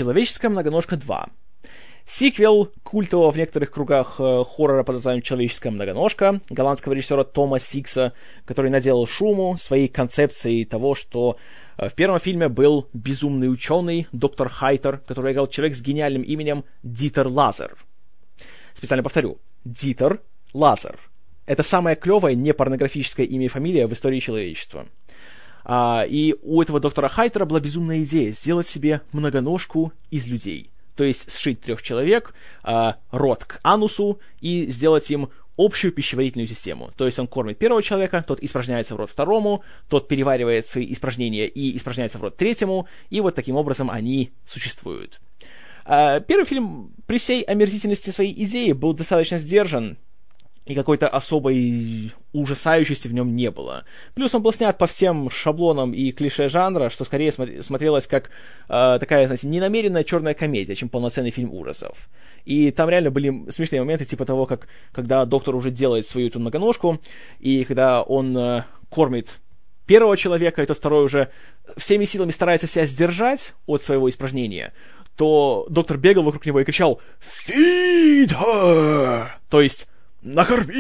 «Человеческая многоножка 2». Сиквел культового в некоторых кругах хоррора под названием «Человеческая многоножка» голландского режиссера Тома Сикса, который наделал шуму своей концепцией того, что в первом фильме был безумный ученый, доктор Хайтер, который играл человек с гениальным именем Дитер Лазер. Специально повторю, Дитер Лазер. Это самое клевое непорнографическое имя и фамилия в истории человечества. И у этого доктора Хайтера была безумная идея сделать себе многоножку из людей. То есть сшить 3 человек, рот к анусу и сделать им общую пищеварительную систему. То есть он кормит первого человека, тот испражняется в рот второму, тот переваривает свои испражнения и испражняется в рот третьему, и вот таким образом они существуют. Первый фильм при всей омерзительности своей идеи был достаточно сдержан, и какой-то особой ужасающести в нем не было. Плюс он был снят по всем шаблонам и клише жанра, что скорее смотрелось как такая, знаете, ненамеренная черная комедия, чем полноценный фильм ужасов. И там реально были смешные моменты, типа того, как когда доктор уже делает свою эту многоножку, и когда он кормит первого человека, и тот второй уже всеми силами старается себя сдержать от своего испражнения, то доктор бегал вокруг него и кричал «Feed her!», то есть «Накорми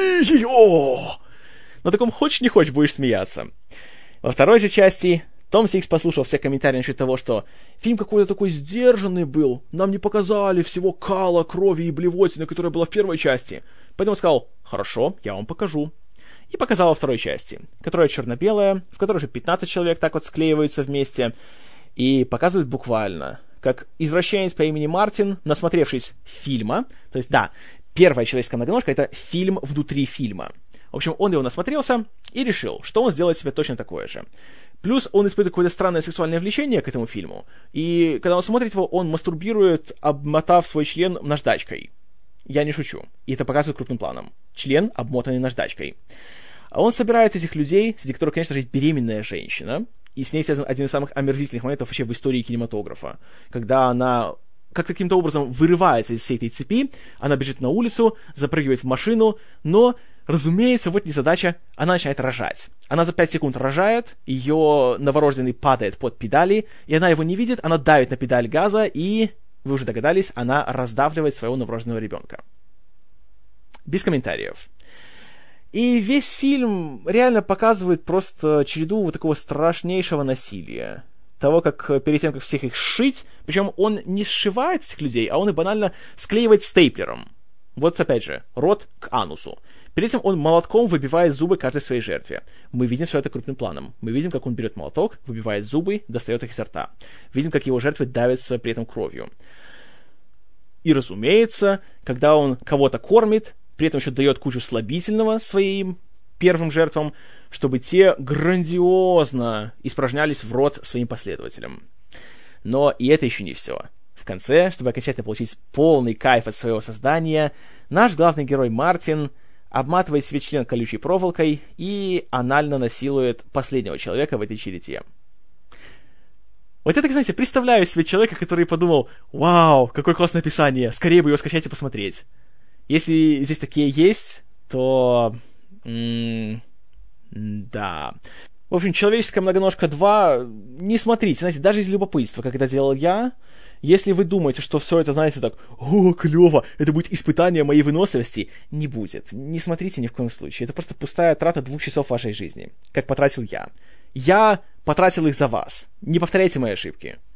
ее!». На таком хочешь не хочешь будешь смеяться. Во второй же части Том Сикс послушал все комментарии насчет того, что фильм какой-то такой сдержанный был, нам не показали всего кала, крови и блевотины, которая была в первой части. Поэтому сказал «Хорошо, я вам покажу». И показал во второй части, которая черно-белая, в которой же 15 человек так вот склеиваются вместе, и показывают буквально, как извращенец по имени Мартин, насмотревшись фильма, то есть, да, первая «Человеческая многоножка» — это фильм внутри фильма. В общем, он его насмотрелся и решил, что он сделает себе точно такое же. Плюс он испытывает какое-то странное сексуальное влечение к этому фильму, и когда он смотрит его, он мастурбирует, обмотав свой член наждачкой. Я не шучу. И это показывает крупным планом. Член, обмотанный наждачкой. А он собирает этих людей, среди которых, конечно же, есть беременная женщина, и с ней связан один из самых омерзительных моментов вообще в истории кинематографа, когда она как каким-то образом вырывается из всей этой цепи, она бежит на улицу, запрыгивает в машину, но, разумеется, вот незадача, она начинает рожать. Она за 5 секунд рожает, ее новорожденный падает под педали, и она его не видит, она давит на педаль газа, и, вы уже догадались, она раздавливает своего новорожденного ребенка. Без комментариев. И весь фильм реально показывает просто череду вот такого страшнейшего насилия. Того, как перед тем, как всех их сшить, причем он не сшивает этих людей, а он их банально склеивает стейплером. Вот опять же, рот к анусу. Перед этим он молотком выбивает зубы каждой своей жертве. Мы видим все это крупным планом. Мы видим, как он берет молоток, выбивает зубы, достает их изо рта. Видим, как его жертвы давятся при этом кровью. И, разумеется, когда он кого-то кормит, при этом еще дает кучу слабительного своим первым жертвам, чтобы те грандиозно испражнялись в рот своим последователям. Но и это еще не все. В конце, чтобы окончательно получить полный кайф от своего создания, наш главный герой Мартин обматывает себе член колючей проволокой и анально насилует последнего человека в этой черете. Вот я так, знаете, представляю себе человека, который подумал: «Вау, какое классное описание, скорее бы его скачать и посмотреть». Если здесь такие есть, то... да. В общем, «Человеческая многоножка 2» не смотрите, знаете, даже из любопытства, как это делал я. Если вы думаете, что все это, знаете, так: «О, клево, это будет испытание моей выносливости», не будет. Не смотрите ни в коем случае. Это просто пустая трата 2 часов вашей жизни, как потратил я. Я потратил их за вас. Не повторяйте мои ошибки.